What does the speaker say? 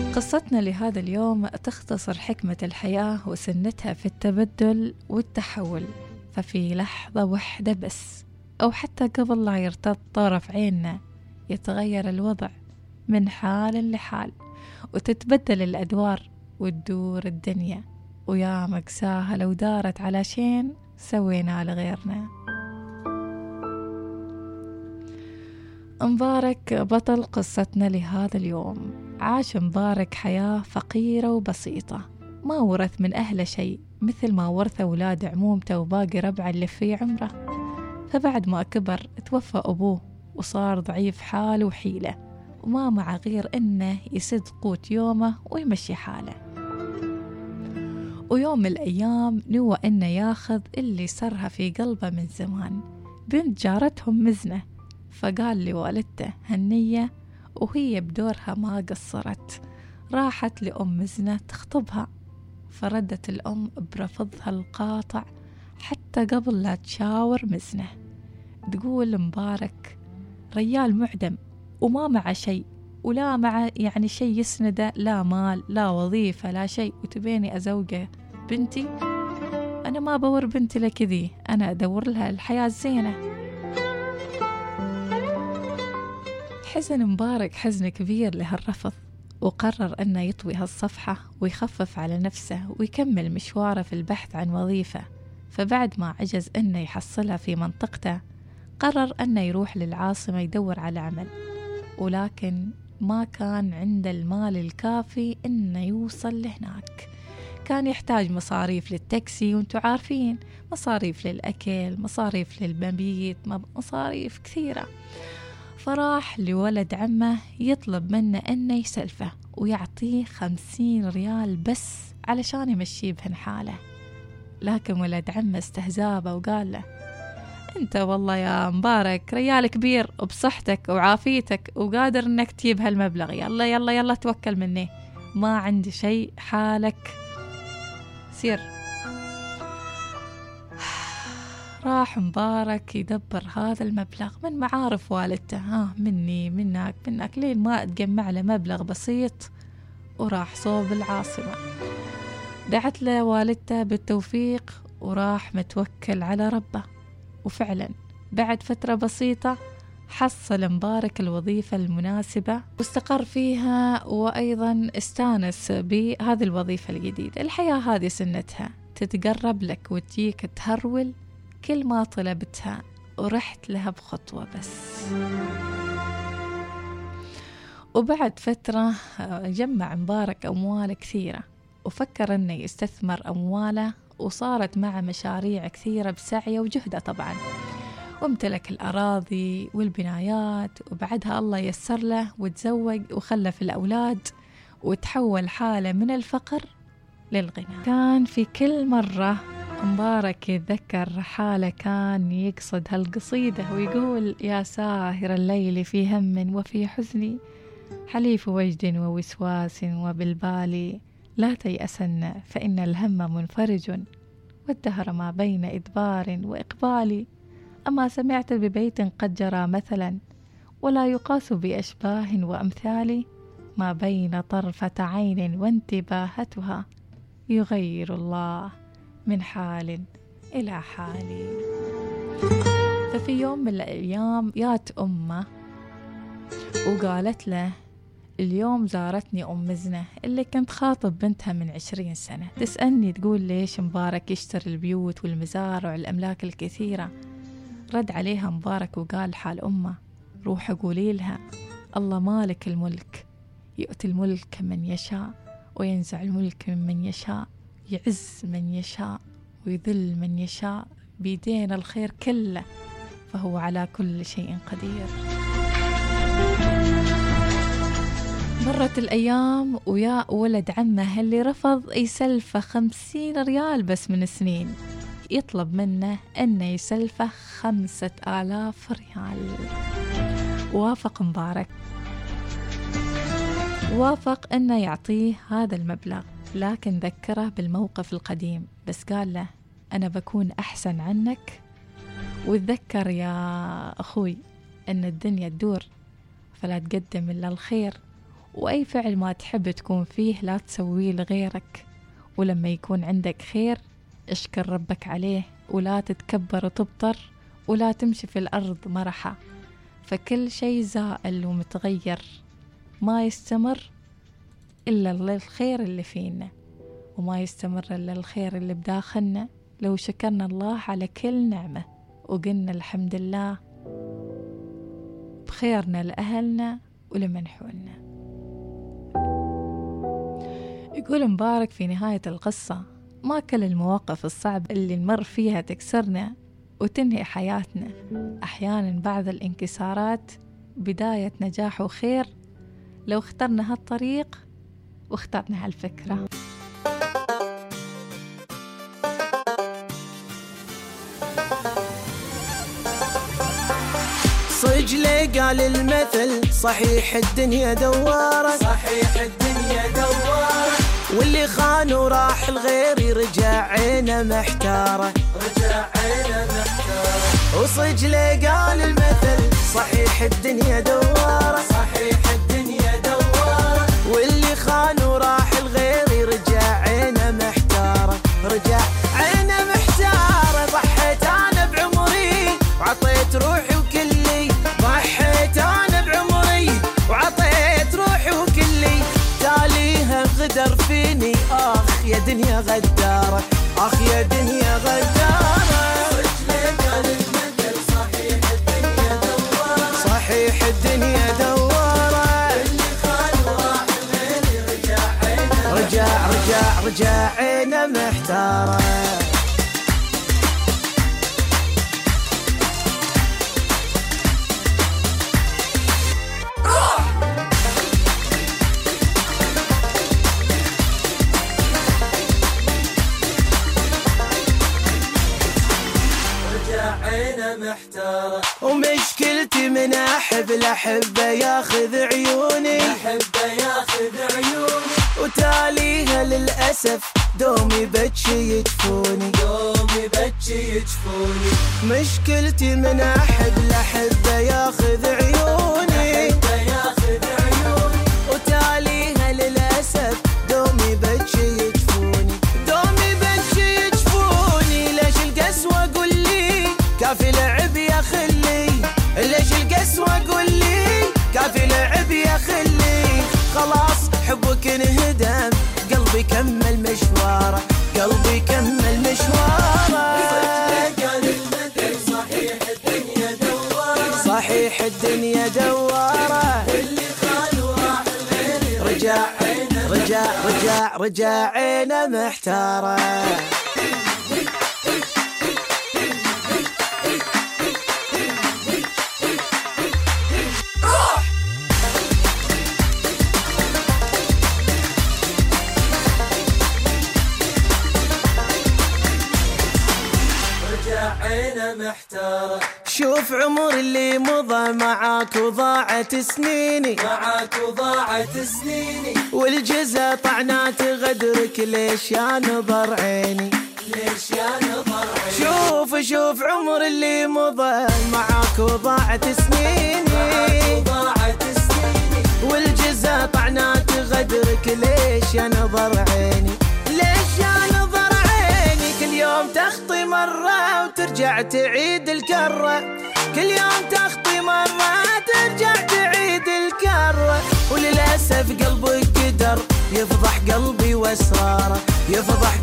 قصتنا لهذا اليوم تختصر حكمة الحياة وسنتها في التبدل والتحول. ففي لحظة واحدة بس، أو حتى قبل لا يرتد طرف عيننا، يتغير الوضع من حال لحال، وتتبدل الأدوار وتدور الدنيا. ويا مقساها لو دارت على شين سوينا لغيرنا. مبارك بطل قصتنا لهذا اليوم. عاش مبارك حياة فقيرة وبسيطة، ما ورث من أهله شيء مثل ما ورث أولاد عمومته وباقي ربعه اللي في عمره. فبعد ما كبر توفى أبوه وصار ضعيف حاله وحيلة، وما مع غير إنه يسد قوت يومه ويمشي حاله. ويوم من الأيام نوى إنه ياخذ اللي سرها في قلبه من زمان، بنت جارتهم مزنة. فقال لوالدته هنية، وهي بدورها ما قصرت، راحت لأم مزنة تخطبها. فردت الأم برفضها القاطع حتى قبل لا تشاور مزنة. تقول مبارك ريال معدم وما معه شيء، ولا معه يعني شيء يسنده، لا مال لا وظيفة لا شيء، وتبيني أزوجه بنتي؟ أنا ما بور بنتي لكذي، أنا أدور لها الحياة الزينة. حزن مبارك حزن كبير لهالرفض، وقرر أنه يطوي هالصفحة ويخفف على نفسه ويكمل مشواره في البحث عن وظيفة. فبعد ما عجز أنه يحصلها في منطقته، قرر أنه يروح للعاصمة يدور على عمل، ولكن ما كان عنده المال الكافي أنه يوصل لهناك. كان يحتاج مصاريف للتاكسي، وانتوا عارفين مصاريف للأكل، مصاريف للمبيت، مصاريف كثيرة. فراح لولد عمه يطلب منه أنه يسلفه ويعطيه 50 ريال بس علشان يمشيه بهن حاله. لكن ولد عمه استهزابه وقال له أنت والله يا مبارك ريال كبير وبصحتك وعافيتك وقادر أنك تجيب هالمبلغ، يلا يلا يلا توكل مني، ما عندي شيء، حالك سير. راح مبارك يدبر هذا المبلغ من معارف والدته، مني منك لين ما تجمع له مبلغ بسيط. وراح صوب العاصمة، دعت له والدته بالتوفيق، وراح متوكل على ربه. وفعلا بعد فترة بسيطة حصل مبارك الوظيفة المناسبة واستقر فيها، وأيضا استانس بهذه الوظيفة الجديدة. الحياة هذه سنتها، تتقرب لك وتجيك تهرول كل ما طلبتها، ورحت لها بخطوة بس. وبعد فترة جمع مبارك أموال كثيرة، وفكر أنه يستثمر أمواله، وصارت معه مشاريع كثيرة بسعيه وجهده طبعا، وامتلك الأراضي والبنايات. وبعدها الله يسر له وتزوج وخلف الأولاد، وتحول حاله من الفقر للغنى. كان في كل مرة مبارك يتذكر حاله كان يقصد هالقصيدة ويقول يا ساهر الليل في هم وفي حزن، حليف وجد ووسواس وبالبال، لا تيأسن فإن الهم منفرج، والدهر ما بين إدبار وإقبال. أما سمعت ببيت قد جرى مثلا، ولا يقاس بأشباه وأمثال، ما بين طرفة عين وانتباهتها، يغير الله من حال إلى حال. ففي يوم من الأيام جات أمه وقالت له اليوم زارتني أم مزنة اللي كنت خاطب بنتها من 20 سنة، تسألني تقول ليش مبارك يشتري البيوت والمزارع والأملاك الكثيرة. رد عليها مبارك وقال حال أمه روح قولي لها الله مالك الملك، يؤتي الملك من يشاء وينزع الملك من يشاء، يعز من يشاء ويذل من يشاء، بيدين الخير كله، فهو على كل شيء قدير. مرت الأيام ويا ولد عمه اللي رفض يسلفه 50 ريال بس من سنين، يطلب منه أنه يسلفه 5000 ريال. وافق مبارك، وافق أنه يعطيه هذا المبلغ، لكن ذكره بالموقف القديم، بس قال له أنا بكون أحسن عنك، وتذكر يا أخوي أن الدنيا تدور، فلا تقدم إلا الخير، وأي فعل ما تحب تكون فيه لا تسويه لغيرك، ولما يكون عندك خير اشكر ربك عليه، ولا تتكبر وتبطر، ولا تمشي في الأرض مرحة، فكل شيء زائل ومتغير، ما يستمر إلا الخير اللي فينا، وما يستمر إلا الخير اللي بداخلنا. لو شكرنا الله على كل نعمة وقلنا الحمد لله بخيرنا لأهلنا ولمن حولنا. يقول مبارك في نهاية القصة: ما كل المواقف الصعبة اللي نمر فيها تكسرنا وتنهي حياتنا، أحيانا بعض الانكسارات بداية نجاح وخير لو اخترنا هالطريق واخترنا هالفكرة. صجلي قال المثل صحيح الدنيا دوارة، صحيح الدنيا دوارة، واللي خان وراح الغير رجع عينه محتارة، رجع عينه محتارة. وصجلي قال المثل صحيح الدنيا دوارة، صحيح الدنيا دوارة، واللي خان وراح الغير رجع عينه محتارة، رجع عينه محتارة. ضحيت انا بعمري وعطيت روحي وكلي، ضحيت انا بعمري وعطيت روحي وكلي، تاليها غدر فيني اخ يا دنيا غدارة، اخ يا دنيا غدارة. رجلي قال المثل صحيح الدنيا دوارة، صحيح الدنيا دوارة، اللي خان وراح الغير رجع عينه، رجع عينه محتارة. محتارة. ومشكلتي من أحب الأحبة ياخذ عيوني، أحبة ياخذ عيوني، وتاليها للأسف دومي بتشي يجفوني، دومي بتشي يجفوني. مشكلتي من أحب الأحبة ياخذ عيوني، أحبة ياخذ عيوني، وتاليها للأسف دومي بتشي يجفوني، دومي بتشي يجفوني. ليش القسوة قول لي كافي لعب يا خلي، ليش القسوة قول لي كافي لعب يا خلي. خلاص حبك انهدم قلبي كمل مشواره، قلبي كمل مشواره. قال المثل صحيح الدنيا دوارة، صحيح الدنيا دوارة، اللي خان وراح الغير رجع عينه، رجع عينه محتارة. محتارة. شوف عمر اللي مضى معاك وضاعت سنيني، معاك وضاعت سنيني، والجزا طعنات غدرك ليش يا نظر عيني، ليش يا نظر عيني. شوف عمر اللي مضى معاك وضاعت سنيني، معاك وضاعت سنيني، والجزا طعنات غدرك ليش يا نظر عيني، ليش يا نظر عيني. كل يوم تخطي مرة وترجع تعيد الكرة، كل يوم تخطي مرة ترجع تعيد الكرة، وللأسف قلبك قدر يفضح قلبي واسراره، يفضح